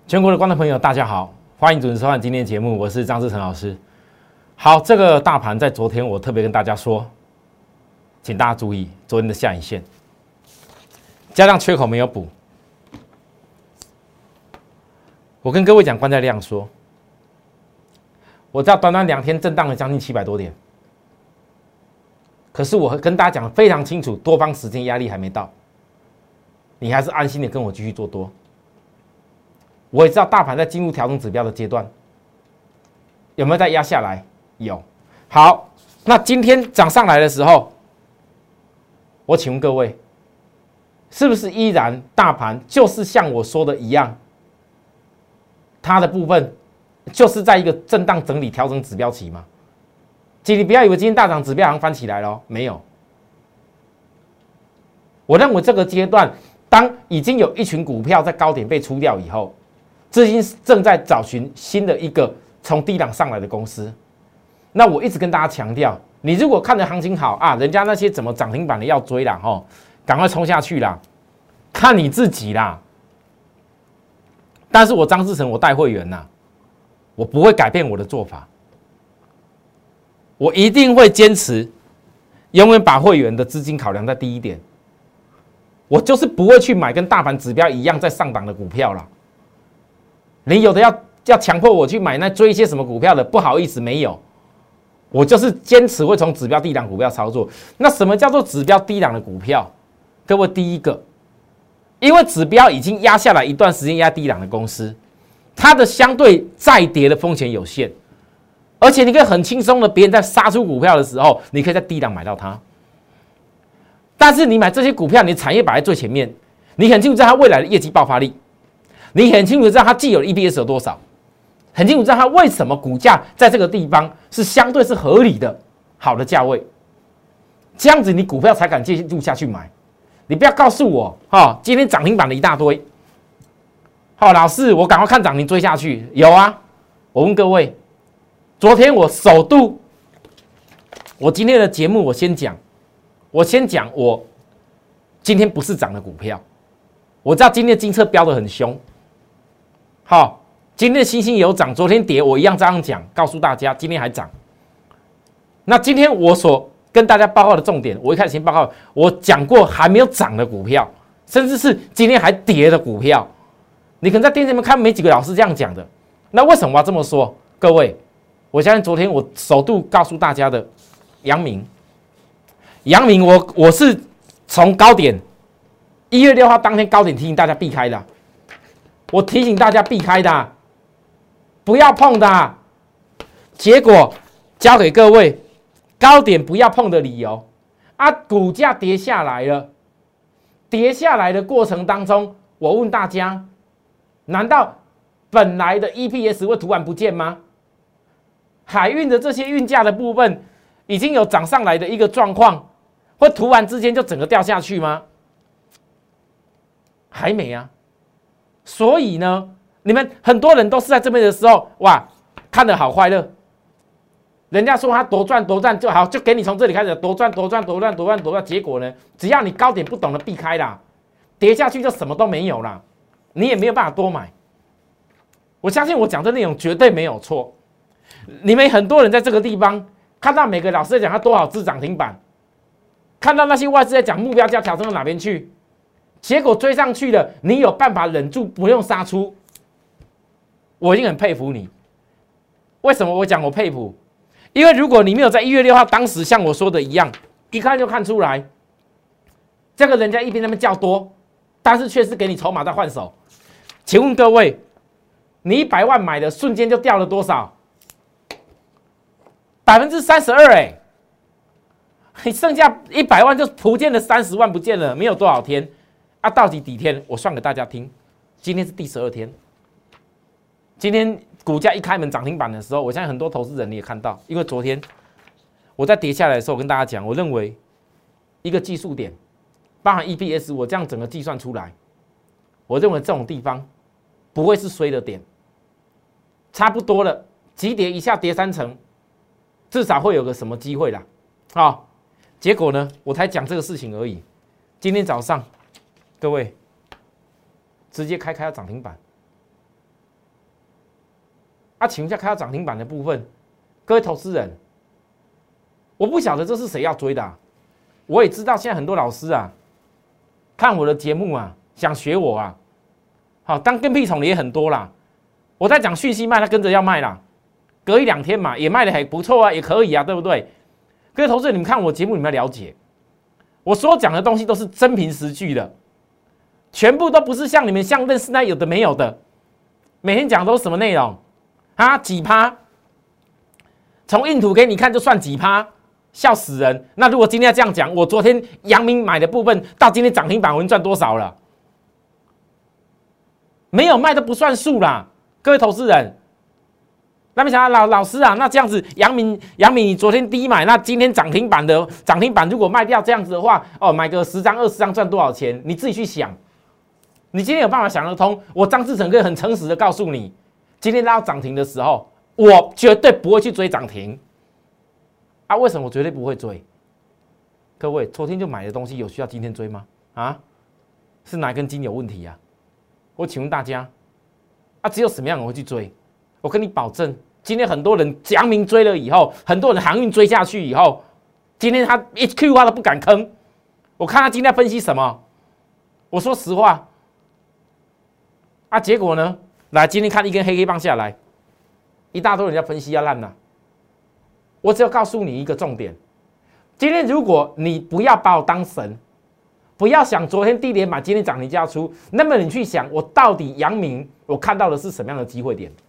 全国的观众朋友，大家好，欢迎准时收看今天的节目，我是张志成老师。好，这个大盘在昨天我特别跟大家说，请大家注意昨天的下影线，加上缺口没有补。我跟各位讲，关在量说，我知道短短2天震荡了将近700多点，可是我跟大家讲得非常清楚，多方时间压力还没到，你还是安心的跟我继续做多。我也知道大盘在进入调整指标的阶段，有没有再压下来？有。好，那今天涨上来的时候，我请问各位，是不是依然大盘就是像我说的一样，它的部分就是在一个震荡整理调整指标期吗？你不要以为今天大涨指标好像翻起来了，没有。我认为这个阶段，当已经有一群股票在高点被出掉以后，资金正在找寻新的一个从低档上来的公司。那我一直跟大家强调，你如果看的行情好啊，人家那些怎么涨停板的要追啦，赶快冲下去啦，看你自己啦。但是我张志成，我带会员呐，我不会改变我的做法，我一定会坚持，永远把会员的资金考量在第一点。我就是不会去买跟大盘指标一样在上档的股票啦。你有的要强迫我去买那追一些什么股票的，不好意思，没有。我就是坚持会从指标低档股票操作。那什么叫做指标低档的股票？各位，第一个，因为指标已经压下来一段时间压低档的公司，它的相对再跌的风险有限，而且你可以很轻松的，别人在杀出股票的时候，你可以在低档买到它。但是你买这些股票，你的产业摆在最前面，你很清楚知道它未来的业绩爆发力。你很清楚知道它既有的 EPS 有多少，很清楚知道它为什么股价在这个地方是相对是合理的好的价位，这样子你股票才敢继续下去买。你不要告诉我，今天涨停板的一大堆，老师我赶快看涨停追下去。有啊，我问各位，昨天我首度，我今天的节目我先讲我今天不是涨的股票，我知道今天的金策飙得很凶。好，今天的星星有涨，昨天跌，我一样这样讲，告诉大家今天还涨。那今天我所跟大家报告的重点，我一开始先报告，我讲过还没有涨的股票，甚至是今天还跌的股票，你可能在电视里面看没几个老师这样讲的。那为什么我要这么说？各位，我相信昨天我首度告诉大家的阳明，我是从高点1月6号当天高点提醒大家避开的。我提醒大家避开的，不要碰的。结果交给各位，高点不要碰的理由啊，股价跌下来了。跌下来的过程当中，我问大家，难道本来的 EPS 会突然不见吗？海运的这些运价的部分已经有涨上来的一个状况，会突然之间就整个掉下去吗？还没啊。所以呢，你们很多人都是在这边的时候，哇，看得好快乐。人家说他多赚就好，就给你从这里开始多赚，结果呢，只要你高点不懂得避开啦，跌下去就什么都没有啦，你也没有办法多买。我相信我讲的内容绝对没有错。你们很多人在这个地方看到每个老师在讲他多少只涨停板，看到那些外资在讲目标价调整到哪边去。结果追上去了，你有办法忍住不用杀出，我已经很佩服你。为什么我讲我佩服？因为如果你没有在1月6号当时像我说的一样，一看就看出来，这个人家一边在那边叫多，但是却是给你筹码在换手。请问各位，你100万买的瞬间就掉了多少？32%哎！你剩下100万就不见了30万，不见了，没有多少天。到底几天？我算给大家听。今天是第12天。今天股价一开门涨停板的时候，我相信很多投资人你也看到，因为昨天我在跌下来的时候，我跟大家讲，我认为一个技术点，包含 EPS， 我这样整个计算出来，我认为这种地方不会是衰的点，差不多了，急跌一下跌3成，至少会有个什么机会啦。结果呢，我才讲这个事情而已。今天早上，各位直接开到涨停板， 请问一下，看到涨停板的部分，各位投资人，我不晓得这是谁要追的啊。我也知道现在很多老师啊，看我的节目啊，想学我啊，好当跟屁虫的也很多啦。我在讲讯息卖，他跟着要卖啦，隔一两天嘛，也卖的还不错啊，也可以啊，对不对？各位投资人，你们看我节目，你们要了解，我所讲的东西都是真凭实据的，全部都不是像你们像认识那有的没有的，每天讲都是什么内容啊？几趴？从印图给你看就算几趴，笑死人。那如果今天要这样讲，我昨天阳明买的部分到今天涨停板，我能赚多少了？没有卖都不算数啦，各位投资人。那没想到老师啊，那这样子，阳明你昨天低买，那今天涨停板如果卖掉这样子的话，哦，买个10张20张赚多少钱？你自己去想。你今天有办法想得通？我张志成可以很诚实的告诉你，今天拉到涨停的时候，我绝对不会去追涨停。啊，为什么我绝对不会追？各位，昨天就买的东西有需要今天追吗？啊，是哪根筋有问题啊？我请问大家，啊，只有什么样的人会去追？我跟你保证。今天很多人阳明追了以后，很多人航运追下去以后，今天他一句话都不敢吭。我看他今天分析什么，我说实话，啊，结果呢？来，今天看一根黑棒下来，一大堆人家分析要烂了。我只要告诉你一个重点：今天如果你不要把我当神，不要想昨天低点买，今天涨停就要出，那么你去想，我到底阳明我看到的是什么样的机会点？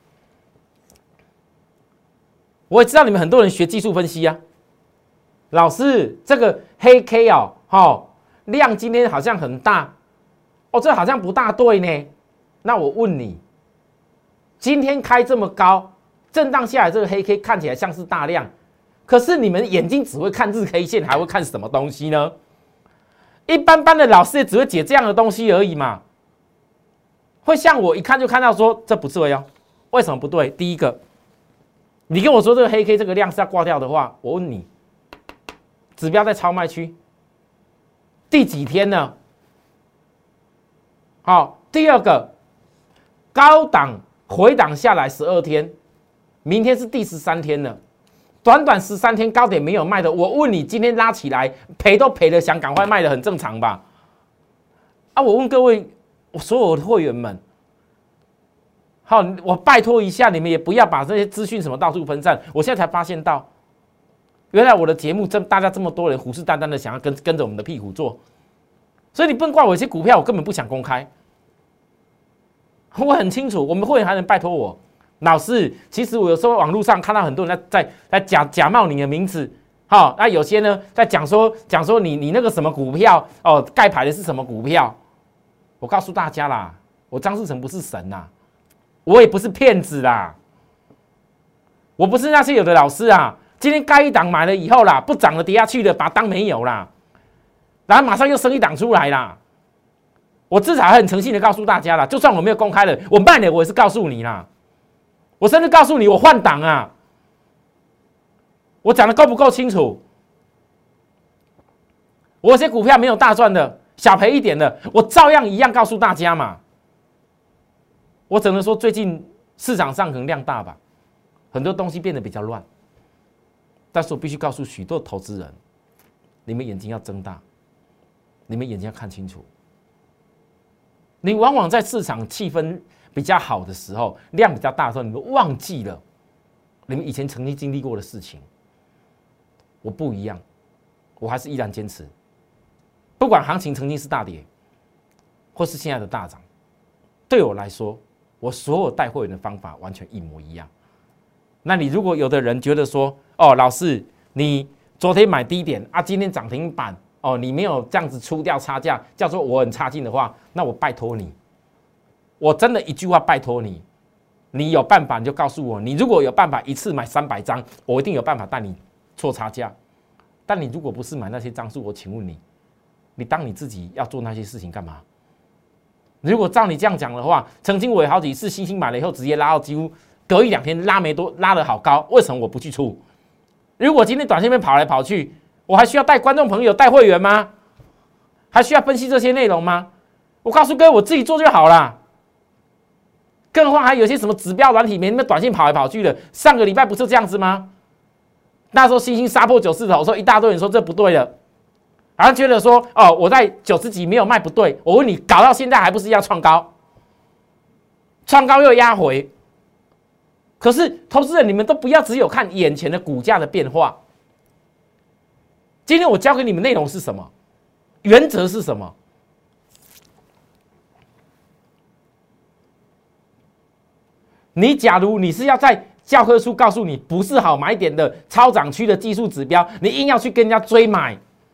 我也知道你们很多人学技术分析啊，老师，这个黑 K 哦，量今天好像很大，哦，这好像不大对呢。那我问你，今天开这么高，震荡下来，这个黑 K 看起来像是大量，可是你们眼睛只会看日 K 线，还会看什么东西呢？一般般的老师也只会解这样的东西而已嘛。会像我一看就看到说这不对哦，为什么不对？第一个。你跟我说这个黑 K 这个量是要挂掉的话，我问你，指标在超卖区，第几天呢？好，第二个，高档回档下来12天，明天是第13天了，短短13天高点没有卖的，我问你，今天拉起来赔都赔了，想赶快卖的很正常吧？啊，我问各位，我所有的会员们。好，我拜托一下，你们也不要把这些资讯什么到处分散。我现在才发现到，原来我的节目大家这么多人虎视眈眈的想要跟着我们的屁股做，所以你不能怪我，有些股票我根本不想公开。我很清楚，我们会员还能拜托我，老师，其实我有时候网络上看到很多人在假冒你的名字，好，那有些呢在讲说你那个什么股票哦，盖牌的是什么股票？我告诉大家啦，我张志成不是神呐。我也不是骗子啦，我不是那些有的老师啊，今天盖一档买了以后啦，不涨了跌下去了，把它当没有啦，然后马上又升一档出来啦。我至少还很诚信的告诉大家啦，就算我没有公开了，我卖了我也是告诉你啦，我甚至告诉你我换档啊，我讲的够不够清楚？我有些股票没有大赚的，小赔一点的，我照样一样告诉大家嘛。我只能说，最近市场上可能量大吧，很多东西变得比较乱。但是我必须告诉许多投资人，你们眼睛要睁大，你们眼睛要看清楚。你往往在市场气氛比较好的时候，量比较大的时候，你们忘记了你们以前曾经经历过的事情。我不一样，我还是依然坚持，不管行情曾经是大跌，或是现在的大涨，对我来说。我所有带会员的方法完全一模一样。那你如果有的人觉得说，哦，老师，你昨天买低点啊，今天涨停板，哦，你没有这样子出掉差价，叫做我很差劲的话，那我拜托你，我真的一句话拜托你，你有办法你就告诉我，你如果有办法一次买300张，我一定有办法带你做差价。但你如果不是买那些张数，我请问你，你当你自己要做那些事情干嘛？如果照你这样讲的话，曾经我有好几次星星买了以后，直接拉到几乎隔一两天拉没多，拉得好高，为什么我不去出？如果今天短线面跑来跑去，我还需要带观众朋友、带会员吗？还需要分析这些内容吗？我告诉各位，我自己做就好了。 更何况还有些什么指标软体，每天短线跑来跑去的。上个礼拜不是这样子吗？那时候星星杀破94头，说一大堆人说这不对了，好像觉得说哦，我在90几没有卖不对。我问你，搞到现在还不是要创高？创高又压回。可是投资人，你们都不要只有看眼前的股价的变化。今天我教给你们内容是什么？原则是什么？你假如你是要在教科书告诉你不是好买点的超涨区的技术指标，你硬要去跟人家追买，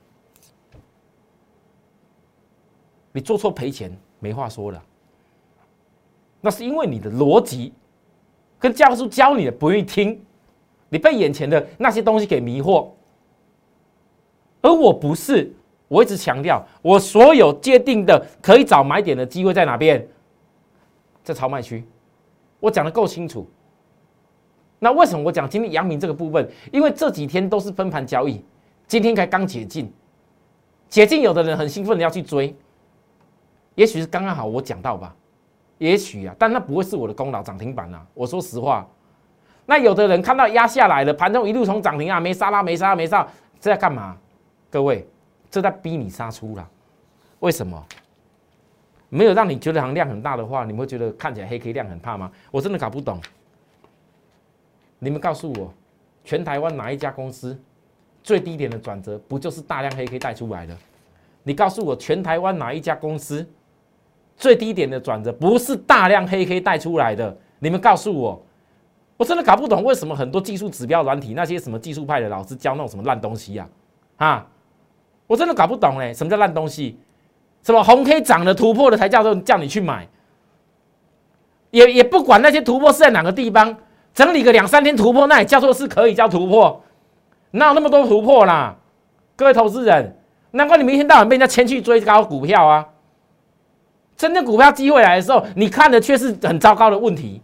你做错赔钱没话说了。那是因为你的逻辑跟教科书教你的不愿意听，你被眼前的那些东西给迷惑。而我不是，我一直强调，我所有界定的可以找买点的机会在哪边？在超卖区，我讲的够清楚。那为什么我讲今天阳明这个部分？因为这几天都是分盘交易，今天才刚解禁，解禁有的人很兴奋的要去追，也许是刚刚好我讲到吧，也许啊，但那不会是我的功劳，涨停板啊，我说实话。那有的人看到压下来了，盘中一路从涨停啊，没杀啦，没杀，没杀，这在干嘛？各位，这在逼你杀出啦。为什么？没有让你觉得好像量很大的话，你们会觉得看起来黑 K 量很怕吗？我真的搞不懂。你们告诉我，全台湾哪一家公司最低点的转折不就是大量黑 K 带出来的？你告诉我，全台湾哪一家公司最低点的转折不是大量黑 K 带出来的？你们告诉我，我真的搞不懂为什么很多技术指标软体那些什么技术派的老师教那种什么烂东西啊，我真的搞不懂什么叫烂东西？什么红 K 涨了突破了才叫你去买，也不管那些突破是在哪个地方。整理个2-3天突破，那也叫做是可以叫突破，哪有那么多突破啦？各位投资人，难怪你们一天到晚被人家牵去追高股票啊！真正股票机会来的时候，你看的却是很糟糕的问题，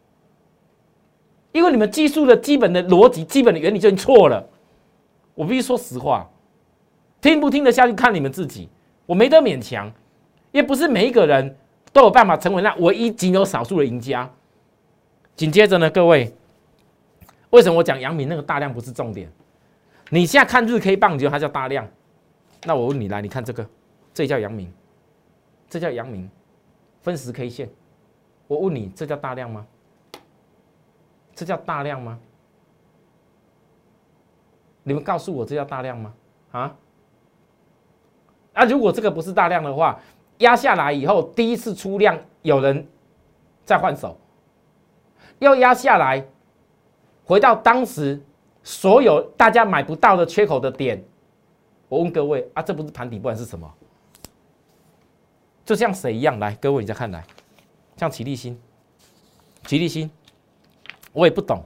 因为你们技术的基本的逻辑、基本的原理就已经错了。我必须说实话，听不听得下去看你们自己，我没得勉强，也不是每一个人都有办法成为那唯一仅有少数的赢家。紧接着呢，各位，为什么我讲阳明那个大量不是重点？你现在看日 K 棒，你觉得它叫大量？那我问你来，你看这个，这叫阳明，这叫阳明，分10 K 线。我问你，这叫大量吗？这叫大量吗？你们告诉我，这叫大量吗？如果这个不是大量的话，压下来以后，第一次出量，有人再换手。又压下来，回到当时所有大家买不到的缺口的点。我问各位这不是盘底，不然是什么？就像谁一样？来，各位你再看来，像奇力新，我也不懂。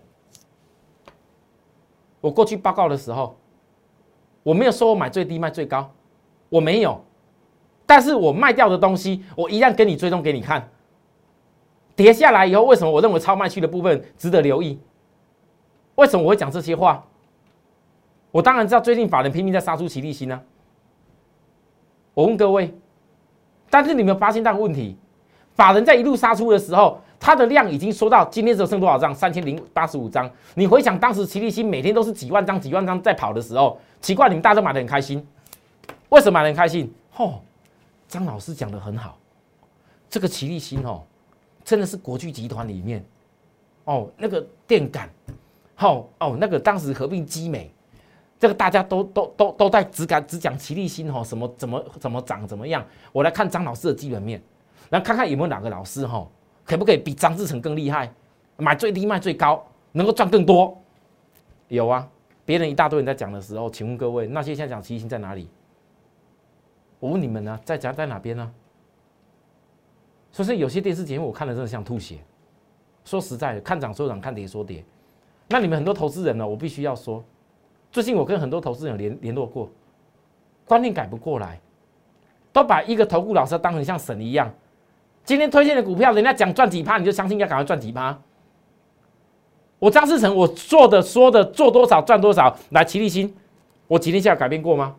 我过去报告的时候，我没有说我买最低卖最高，我没有，但是我卖掉的东西，我一样跟你追踪给你看。跌下来以后，为什么我认为超卖区的部分值得留意？为什么我会讲这些话？我当然知道最近法人拼命在杀出奇力新啊。我问各位，但是你们发现那个问题，法人在一路杀出的时候，它的量已经缩到今天只有剩多少张？3085张。你回想当时奇力新每天都是几万张在跑的时候，奇怪，你们大家都买得很开心，为什么买得很开心？张老师讲得很好，这个奇力新真的是国巨集团里面那个电感那个当时合并基美，这个大家都在只讲奇力新什么怎么涨怎么样。我来看张老师的基本面，然后看看有没有哪个老师可不可以比张志成更厉害，买最低卖最高，能够赚更多。有啊，别人一大堆人在讲的时候，请问各位，那些现在讲奇力新在哪里？我问你们呢，在哪边呢？所以有些电视节目我看了真的像吐血。说实在的，看涨说涨，看跌说跌。那你们很多投资人呢，我必须要说，最近我跟很多投资人有联络过，观念改不过来，都把一个投顾老师当成像神一样。今天推荐的股票，人家讲赚几趴，你就相信要赶快赚几趴。我张士诚，我做的说的做多少赚多少。来，奇力新，我几天下有改变过吗？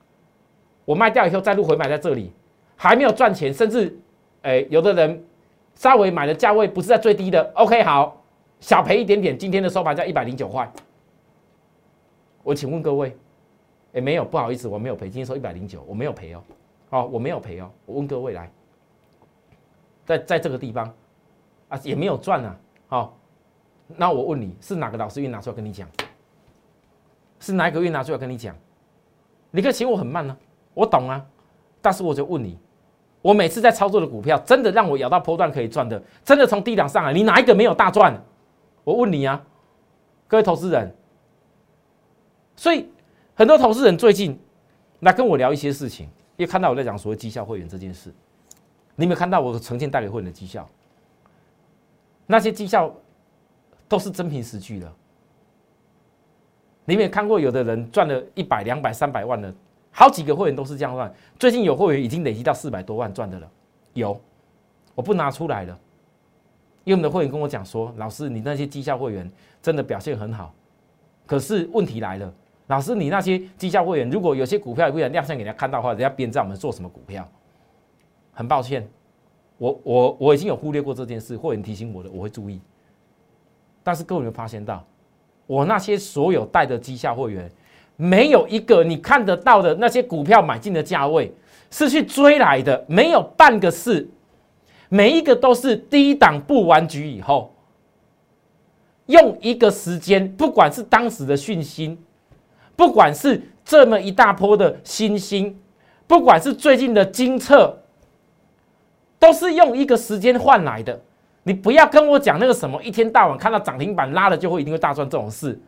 我卖掉以后再度回买在这里，还没有赚钱，甚至有的人稍微买的价位不是在最低的 ，OK 好，小赔一点点，今天的收盘价109块。我请问各位，没有，不好意思，我没有赔，今天收109，我没有赔哦，我没有赔哦。我问各位来，在这个地方啊也没有赚啊，那我问你，是哪个老师愿意拿出来跟你讲？是哪一个愿意拿出来跟你讲？你可以嫌我很慢呢，我懂啊，但是我就问你。我每次在操作的股票，真的让我咬到波段可以赚的，真的从低档上来，你哪一个没有大赚？我问你啊，各位投资人。所以很多投资人最近来跟我聊一些事情，因为看到我在讲所谓绩效会员这件事，你有没有看到我呈现带给会员的绩效？那些绩效都是真凭实据的。你有没有看过有的人赚了100、200、300万的？好几个会员都是这样赚，最近有会员已经累积到400多万赚的了，有，我不拿出来了，因为我们的会员跟我讲说，老师你那些绩效会员真的表现很好，可是问题来了，老师你那些绩效会员如果有些股票也不然亮相给人家看到的话，人家别知道我们做什么股票，很抱歉，我已经有忽略过这件事，会员提醒我的我会注意，但是各位有没有发现到，我那些所有带的绩效会员。没有一个你看得到的那些股票买进的价位是去追来的，没有半个是，每一个都是低档布完局以后，用一个时间，不管是当时的讯息，不管是这么一大波的新兴，不管是最近的精测，都是用一个时间换来的。你不要跟我讲那个什么一天到晚看到涨停板拉了就会一定会大赚这种事。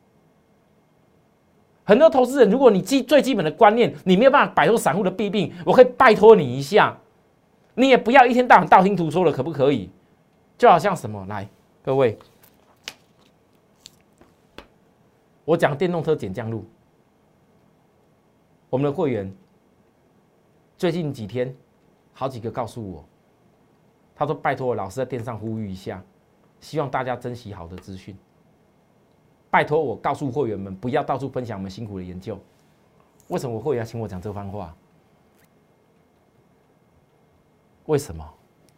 很多投资人，如果你最基本的观念，你没有办法摆脱散户的弊病，我可以拜托你一下，你也不要一天到晚道听途说了，可不可以？就好像什么，来，各位，我讲电动车减降路，我们的会员最近几天好几个告诉我，他说拜托我老师在电上呼吁一下，希望大家珍惜好的资讯。拜托我告诉会员们，不要到处分享我们辛苦的研究。为什么我会员要请我讲这番话？为什么？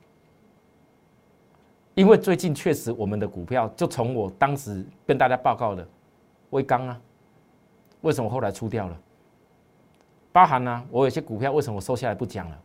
因为最近确实我们的股票，就从我当时跟大家报告的威刚啊，为什么后来出掉了？包含呢，我有些股票为什么我收下来不讲了？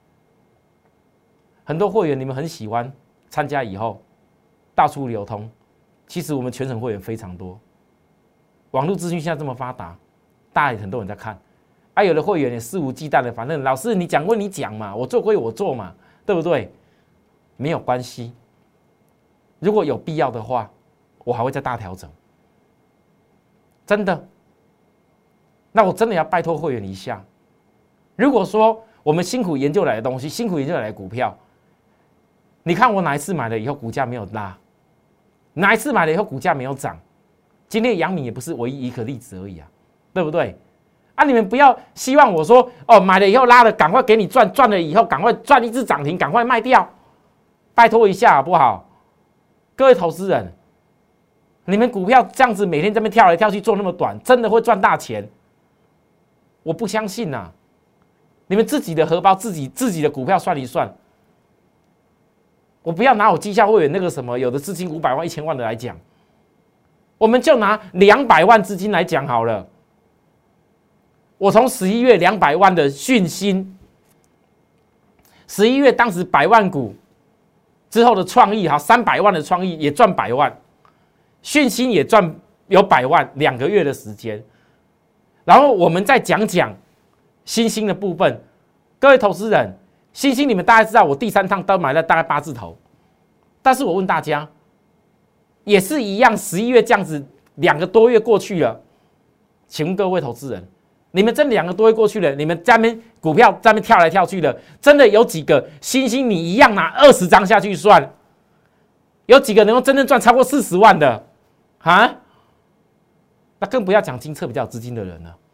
很多会员你们很喜欢参加以后到处流通。其实我们全省会员非常多，网络资讯现在这么发达，大家也很多人在看，有的会员也肆无忌惮的，反正老师你讲归你讲嘛，我做归我做嘛，对不对？没有关系，如果有必要的话，我还会再大调整，真的。那我真的要拜托会员一下，如果说我们辛苦研究来的东西，辛苦研究来的股票，你看我哪一次买了以后股价没有拉？哪一次买了以后股价没有涨？今天阳明也不是唯一一个例子而已啊，对不对？你们不要希望我说买了以后拉了，赶快给你赚，赚了以后赶快赚一只涨停，赶快卖掉，拜托一下好不好？各位投资人，你们股票这样子每天这边跳来跳去做那么短，真的会赚大钱？我不相信啊！你们自己的荷包，自己的股票算一算。我不要拿我绩效会员那个什么有的资金500万、1000万的来讲，我们就拿200万资金来讲好了。我从11月200万的讯芯，11月当时100万股之后的创意，好300万的创意也赚100万，讯芯也赚有100万，2个月的时间。然后我们再讲讲新兴的部分，各位投资人。新兴你们大概知道，我第3趟都买了大概8字头，但是我问大家，也是一样，11月这样子2个多月过去了，请问各位投资人，你们真的2个多月过去了，你们在那边股票在那边跳来跳去的，真的有几个新兴你一样拿20张下去算，有几个能够真正赚超过40万的啊？那更不要讲精测比较有资金的人了。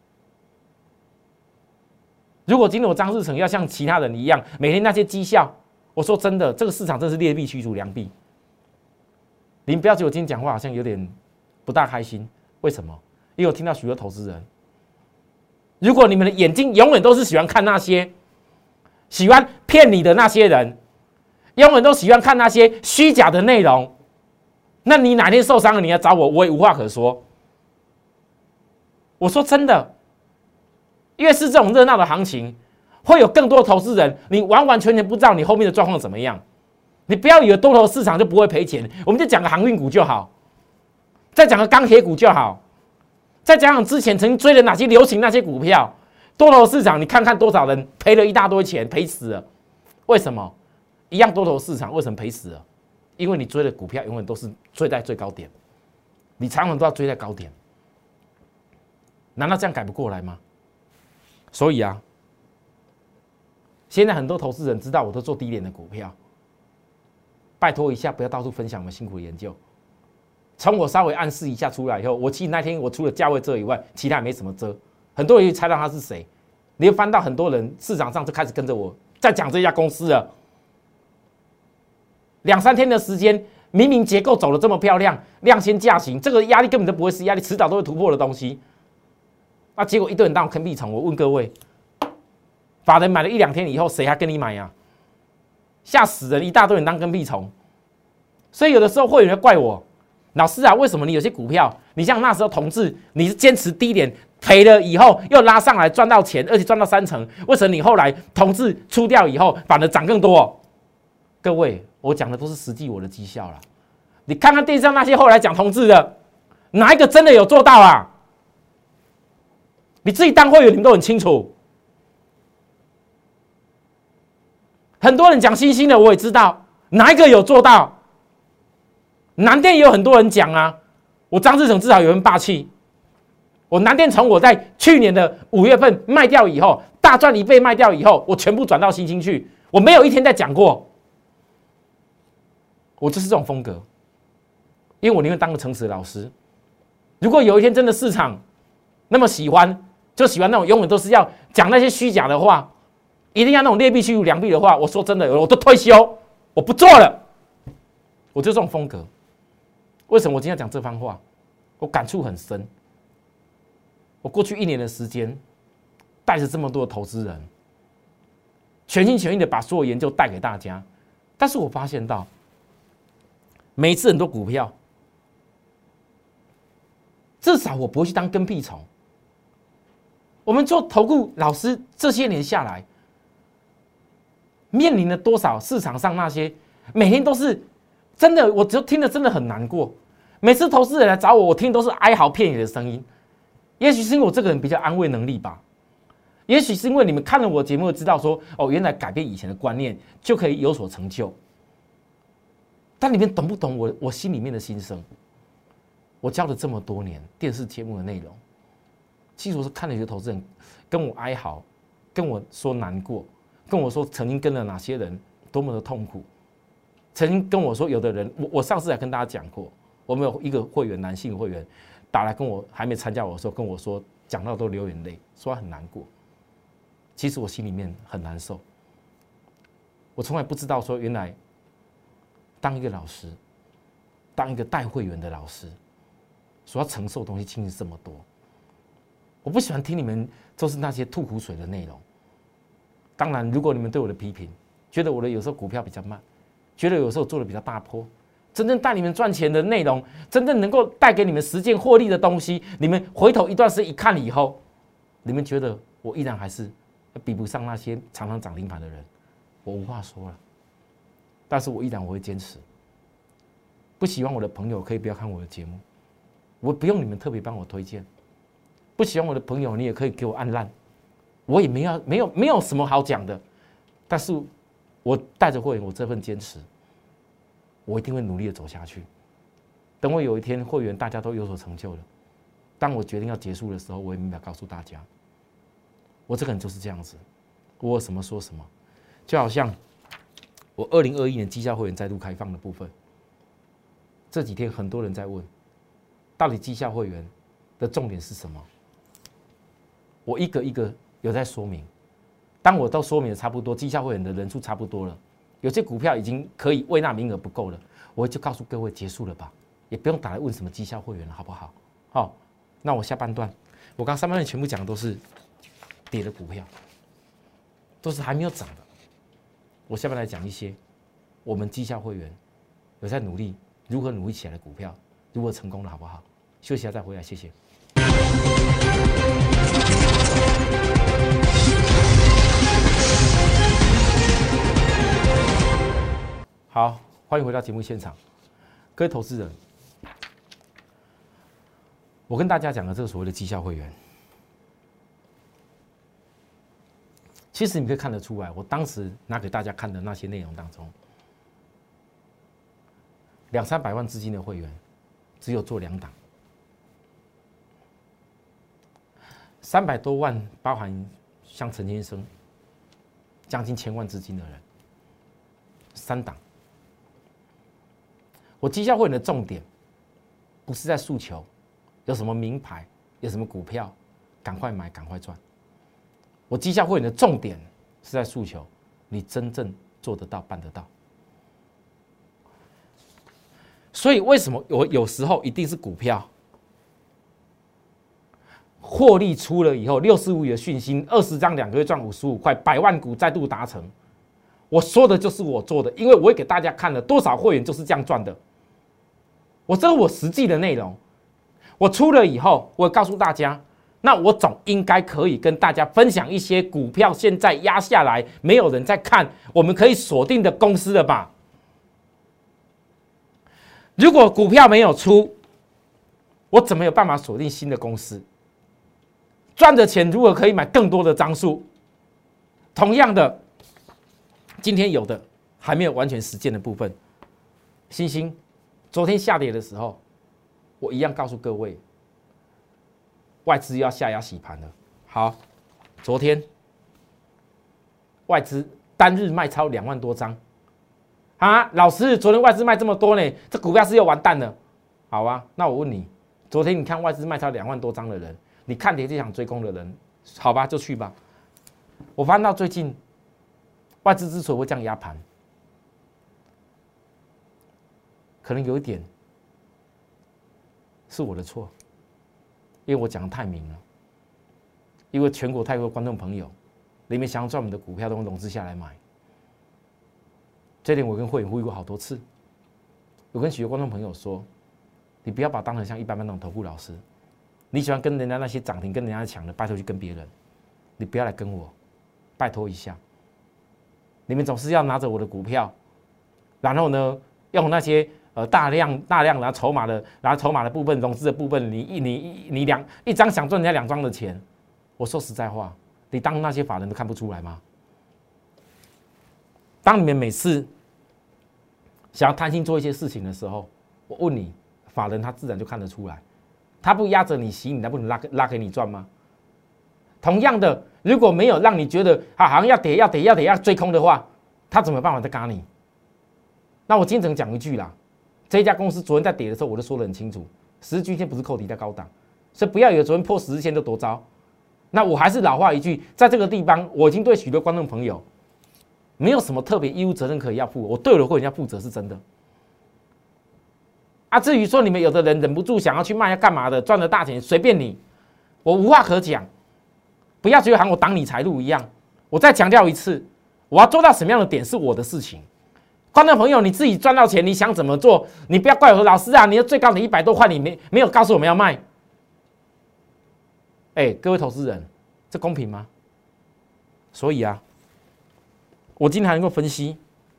如果今天我张志成要像其他人一样，每天那些绩效，我说真的，这个市场真是劣币驱逐良币。你们不要觉得我今天讲话好像有点不大开心，为什么？因为我听到许多投资人，如果你们的眼睛永远都是喜欢看那些喜欢骗你的那些人， 永远都喜欢看那些虚假的内容。那你哪天受伤了，你要找我，我也无话可说。我说真的，越是这种热闹的行情，会有更多的投资人，你完完全全不知道你后面的状况怎么样。你不要以为多头市场就不会赔钱，我们就讲个航运股就好，再讲个钢铁股就好，再讲讲之前曾经追的哪些流行那些股票。多头市场，你看看多少人赔了一大堆钱，赔死了。为什么？一样多头市场，为什么赔死了？因为你追的股票永远都是追在最高点，你常常都要追在高点。难道这样改不过来吗？所以啊，现在很多投资人知道我都做低廉的股票，拜托一下，不要到处分享我们辛苦的研究。从我稍微暗示一下出来以后，我其实那天我除了价位遮以外，其他也没什么遮。很多人也猜到他是谁，你会翻到很多人市场上就开始跟着我在讲这家公司了。2-3天的时间，明明结构走得这么漂亮，量先价行，这个压力根本就不会是压力，迟早都会突破的东西。那结果一堆人当我坑屁虫，我问各位，法人买了1-2天以后，谁还跟你买呀？吓死人！一大堆人当跟屁虫。所以有的时候会有人怪我，老师啊，为什么你有些股票，你像那时候同志，你是坚持低点，赔了以后又拉上来赚到钱，而且赚到3成，为什么你后来同志出掉以后反而涨更多？各位，我讲的都是实际我的绩效啦。你看看电视上那些后来讲同志的，哪一个真的有做到啊？你自己当会员，你们都很清楚。很多人讲新兴的，我也知道，哪一个有做到？南电也有很多人讲啊。我张志成至少有人霸气。我南电从我在去年的5月份卖掉以后，大赚1倍卖掉以后，我全部转到新兴去，我没有一天在讲过。我就是这种风格，因为我宁愿当个诚实的老师。如果有一天真的市场那么喜欢，就喜欢那种永远都是要讲那些虚假的话，一定要那种劣币驱逐良币的话，我说真的，我都退休，我不做了。我就这种风格。为什么我今天要讲这番话？我感触很深。我过去1年的时间，带着这么多的投资人，全心全意的把所有研究带给大家。但是我发现到，每一次很多股票，至少我不会去当跟屁虫。我们做投顾老师这些年下来，面临了多少市场上那些每天都是真的，我就听得真的很难过。每次投资人来找我，我听都是哀嚎遍野的声音。也许是因为我这个人比较安慰能力吧，也许是因为你们看了我的节目，知道说哦，原来改变以前的观念就可以有所成就。但你们懂不懂我心里面的心声？我教了这么多年电视节目的内容，其实我是看了一些投资人跟我哀嚎，跟我说难过，跟我说曾经跟了哪些人多么的痛苦，曾经跟我说有的人，我上次还跟大家讲过，我们有一个会员，男性会员打来跟我还没参加我的时候跟我说，讲到都流眼泪，说他很难过。其实我心里面很难受，我从来不知道说原来当一个老师，当一个带会员的老师，所要承受的东西竟然这么多。我不喜欢听你们都是那些吐苦水的内容。当然，如果你们对我的批评，觉得我的有时候股票比较慢，觉得有时候做的比较大波，真正带你们赚钱的内容，真正能够带给你们实践获利的东西，你们回头一段时间一看了以后，你们觉得我依然还是比不上那些常常涨停板的人，我无话说了。但是我依然我会坚持。不喜欢我的朋友可以不要看我的节目，我不用你们特别帮我推荐。不喜欢我的朋友，你也可以给我按烂，我也没有什么好讲的。但是我带着会员，我这份坚持，我一定会努力的走下去。等我有一天会员大家都有所成就了，当我决定要结束的时候，我也明白告诉大家，我这个人就是这样子，我有什么说什么。就好像我2021年绩效会员再度开放的部分，这几天很多人在问，到底绩效会员的重点是什么？我一个一个有在说明。当我都说明的差不多，绩效会员的人数差不多了，有些股票已经可以未纳名额不够了，我就告诉各位结束了吧，也不用打来问什么绩效会员了，好不好？好，那我下半段，我刚上半段全部讲的都是跌的股票，都是还没有涨的。我下半来讲一些我们绩效会员有在努力，如何努力起来的股票，如何成功的好不好？休息一下再回来，谢谢。好，欢迎回到节目现场，各位投资人，我跟大家讲的这个所谓的绩效会员，其实你可以看得出来，我当时拿给大家看的那些内容当中，200-300万资金的会员，只有做2档，300多万包含像陈先生，将近1000万资金的人，3档。我绩效会员的重点，不是在诉求有什么名牌，有什么股票，赶快买，赶快赚。我绩效会员的重点是在诉求你真正做得到、办得到。所以为什么我有时候一定是股票获利出了以后，65亿的讯息，20张2个月赚55块，100万股再度达成。我说的就是我做的，因为我会给大家看了多少会员就是这样赚的。这是我实际的内容，我出了以后，我告诉大家，那我总应该可以跟大家分享一些股票现在压下来，没有人在看，我们可以锁定的公司了吧？如果股票没有出，我怎么有办法锁定新的公司？赚的钱如何可以买更多的张数？同样的，今天有的还没有完全实践的部分，星星。昨天下跌的时候，我一样告诉各位，外资要下压洗盘了。好，昨天外资单日卖超2万多张啊！老师，昨天外资卖这么多呢，这股票是要完蛋了。好啊，那我问你，昨天你看外资卖超2万多张的人，你看跌就想追空的人，好吧，就去吧。我发现到最近外资之所以会这样压盘，可能有一点是我的错，因为我讲得太明了。因为全国太多观众朋友，你们想要赚我们的股票，都融资下来买。这点我跟会员呼吁过好多次。我跟许多观众朋友说，你不要把我当成像一般般那种投顾老师。你喜欢跟人家那些涨停、跟人家抢的，拜托去跟别人，你不要来跟我，拜托一下。你们总是要拿着我的股票，然后呢，用那些大量然后筹码的部分、融资的部分，你一张想赚人家2张的钱，我说实在话，你当那些法人都看不出来吗？当你们每次想要贪心做一些事情的时候，我问你，法人他自然就看得出来，他不压着你洗你，他不能拉给你赚吗？同样的，如果没有让你觉得好像要追空的话，他怎么办法再嘎你？那我今天只能讲一句啦。这家公司昨天在跌的时候，我都说得很清楚，10日均线不是扣底在高档，所以不要以为昨天破10日线就多糟。那我还是老话一句，在这个地方，我已经对许多观众朋友没有什么特别义务责任可以要负，我对我的会员要负责是真的。啊，至于说你们有的人忍不住想要去卖要干嘛的，赚了大钱随便你，我无话可讲。不要觉得好像我挡你财路一样。我再强调一次，我要做到什么样的点是我的事情。观众朋友，你自己赚到钱，你想怎么做？你不要怪我，老师啊，你的最高的100多块，你没有告诉我们要卖。各位投资人，这公平吗？所以啊，我今天还能够分析，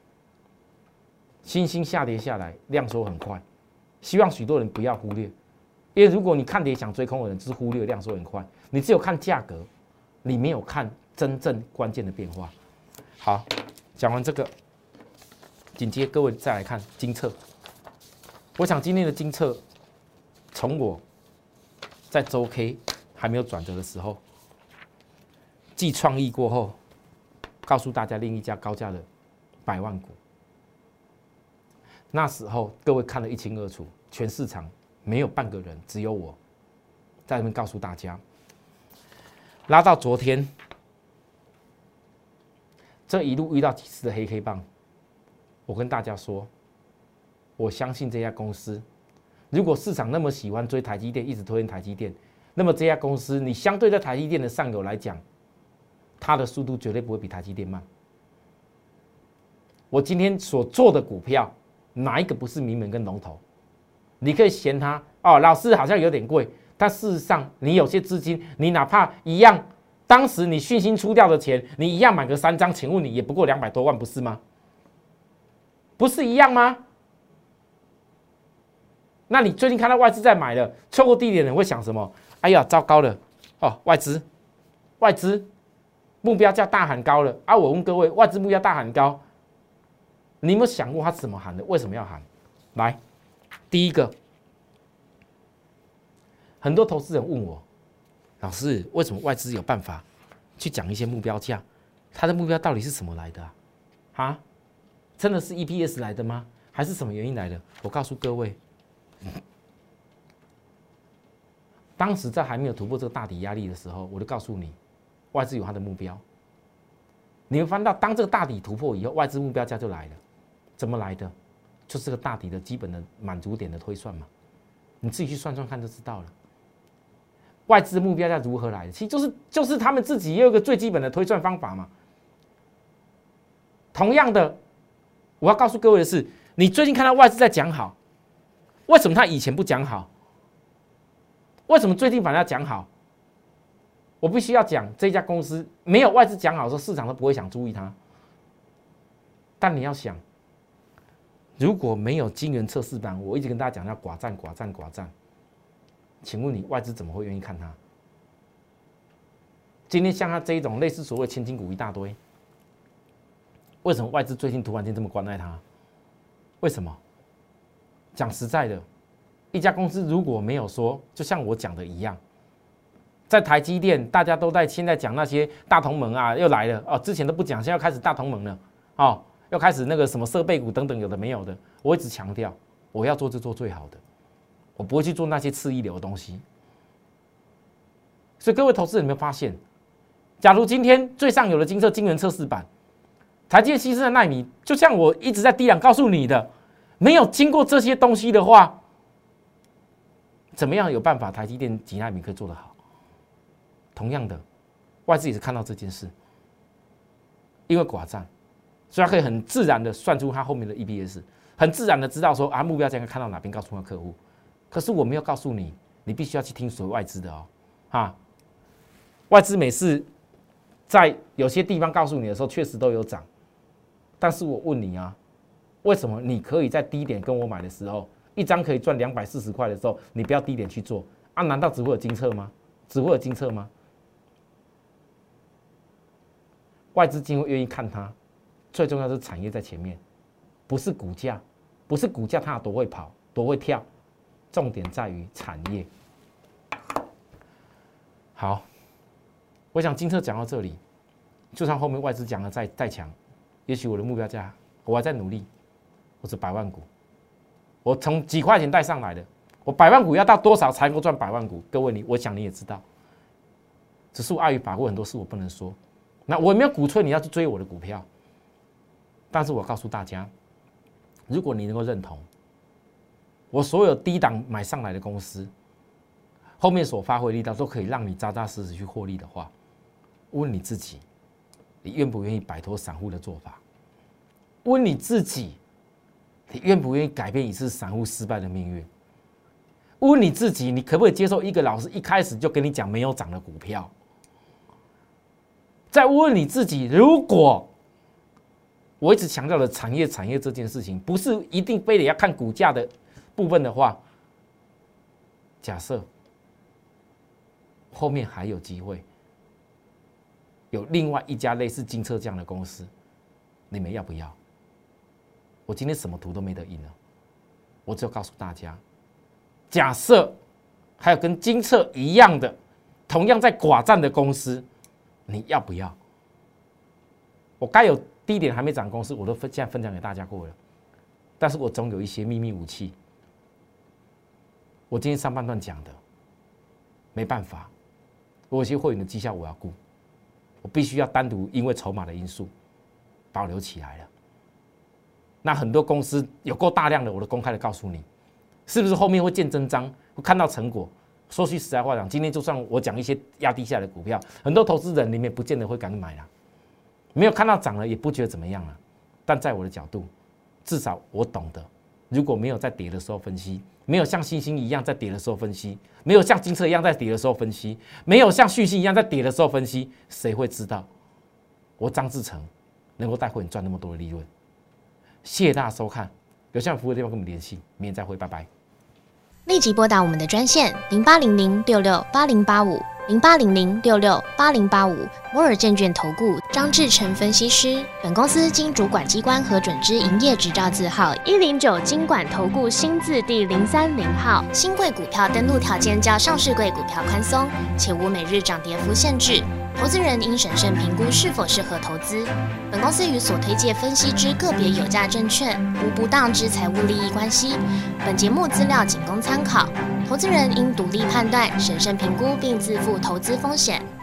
新兴下跌下来，量缩很快，希望许多人不要忽略，因为如果你看跌想追空的人，只是忽略量缩很快，你只有看价格，你没有看真正关键的变化。好，讲完这个。紧接各位再来看精测，我想今天的精测，从我在周 K 还没有转折的时候，继创意过后，告诉大家另一家高价的100万股，那时候各位看得一清二楚，全市场没有半个人，只有我在那边告诉大家，拉到昨天，这一路遇到几次的黑 K 棒。我跟大家说，我相信这家公司，如果市场那么喜欢追台积电，一直推荐台积电，那么这家公司，你相对在台积电的上游来讲，它的速度绝对不会比台积电慢。 我今天所做的股票，哪一个不是名门跟龙头？你可以嫌它哦，老师好像有点贵，但事实上你有些资金，你哪怕一样，当时你讯息出掉的钱，你一样买个3张，请问你也不过200多万，不是吗？不是一样吗？那你最近看到外资在买了，错过低点的人会想什么？哎呀，糟糕了哦，外资目标价大喊高了啊！我问各位，外资目标大喊高，你有没有想过他怎么喊的？为什么要喊？来，第一个，很多投资人问我，老师，为什么外资有办法去讲一些目标价？他的目标到底是什么来的啊？啊，真的是 EPS 来的吗？还是什么原因来的？我告诉各位，当时在还没有突破这个大底压力的时候，我就告诉你，外资有它的目标。你会发现到，当这个大底突破以后，外资目标价就来了。怎么来的？就是个大底的基本的满足点的推算嘛。你自己去算算看就知道了。外资目标价如何来的？其实就是他们自己也有一个最基本的推算方法嘛。同样的，我要告诉各位的是，你最近看到外资在讲好，为什么他以前不讲好？为什么最近反而要讲好？我必须要讲，这家公司没有外资讲好的时候，市场都不会想注意它。但你要想，如果没有晶圆测试板，我一直跟大家讲要寡占，请问你外资怎么会愿意看它？今天像它这一种类似所谓千金股一大堆，为什么外资最近突然间这么关爱它？为什么？讲实在的，一家公司如果没有说，就像我讲的一样。在台积电，大家都在现在讲那些大同盟啊，又来了哦。之前都不讲，现在要开始大同盟了哦，要开始那个什么设备股等等，有的没有的。我一直强调，我要做就做最好的，我不会去做那些次一流的东西。所以各位投资人有没有发现，假如今天最上游的精晶圆测试板，台积电牺牲的奈米，就像我一直在低档告诉你的，没有经过这些东西的话，怎么样有办法台积电几奈米可以做得好？同样的，外资也是看到这件事，因为寡占，所以他可以很自然的算出他后面的 EPS， 很自然的知道说啊目标价看到哪边，告诉他客户。可是我没有告诉你，你必须要去听所谓外资的哦，啊，外资每次在有些地方告诉你的时候，确实都有涨，但是我问你啊，为什么你可以在低点跟我买的时候，一张可以赚240块的时候，你不要低点去做啊？难道只会有金策吗？只会有金策吗？外资金会愿意看它，最重要的是产业在前面，不是股价，不是股价它有多会跑、多会跳，重点在于产业。好，我想金策讲到这里，就算后面外资讲的再强，也许我的目标价我还在努力，我是100万股，我从几块钱带上来的，我100万股要到多少才能够赚100万股？各位我想你也知道，只是我碍于法规很多事我不能说。那我也没有鼓吹你要去追我的股票，但是我告诉大家，如果你能够认同我所有低档买上来的公司，后面所发挥力道都可以让你扎扎实实去获利的话，问你自己，你愿不愿意摆脱散户的做法？问你自己，你愿不愿意改变一次散户失败的命运？问你自己，你可不可以接受一个老师一开始就跟你讲没有涨的股票？再问你自己，如果我一直强调的产业这件事情，不是一定非得要看股价的部分的话，假设后面还有机会，有另外一家类似金策这样的公司，你们要不要？我今天什么图都没得印了，我只有告诉大家，假设还有跟金策一样的，同样在寡占的公司，你要不要？我该有低点还没涨的公司，我都现在分享给大家过了。但是我总有一些秘密武器。我今天上半段讲的，没办法，我有些会员的绩效我要顾，我必须要单独因为筹码的因素保留起来了。那很多公司有够大量的，我都公开的告诉你，是不是后面会见真章，会看到成果？说句实在话讲，今天就算我讲一些压低下来的股票，很多投资人里面不见得会敢买啦，没有看到涨了也不觉得怎么样了。 但在我的角度，至少我懂得，如果没有在跌的时候分析，没有像星星一样在跌的时候分析，没有像金策一样在跌的时候分析，没有像旭星一样在跌的时候分析，谁会知道我张志成能够带会员赚那么多的利润？谢谢大家收看，有需要服务的地方跟我们联系，明天再会，拜拜。 立即拨打我们的专线0800668085。0800668085，摩尔证券投顾张志成分析师。本公司经主管机关核准之营业执照字号109金管投顾新字第030号。新贵股票登录条件较上市贵股票宽松，且无每日涨跌幅限制。投资人应审慎评估是否适合投资。本公司与所推介分析之个别有价证券无不当之财务利益关系。本节目资料仅供参考，投资人应独立判断、审慎评估并自负投资风险。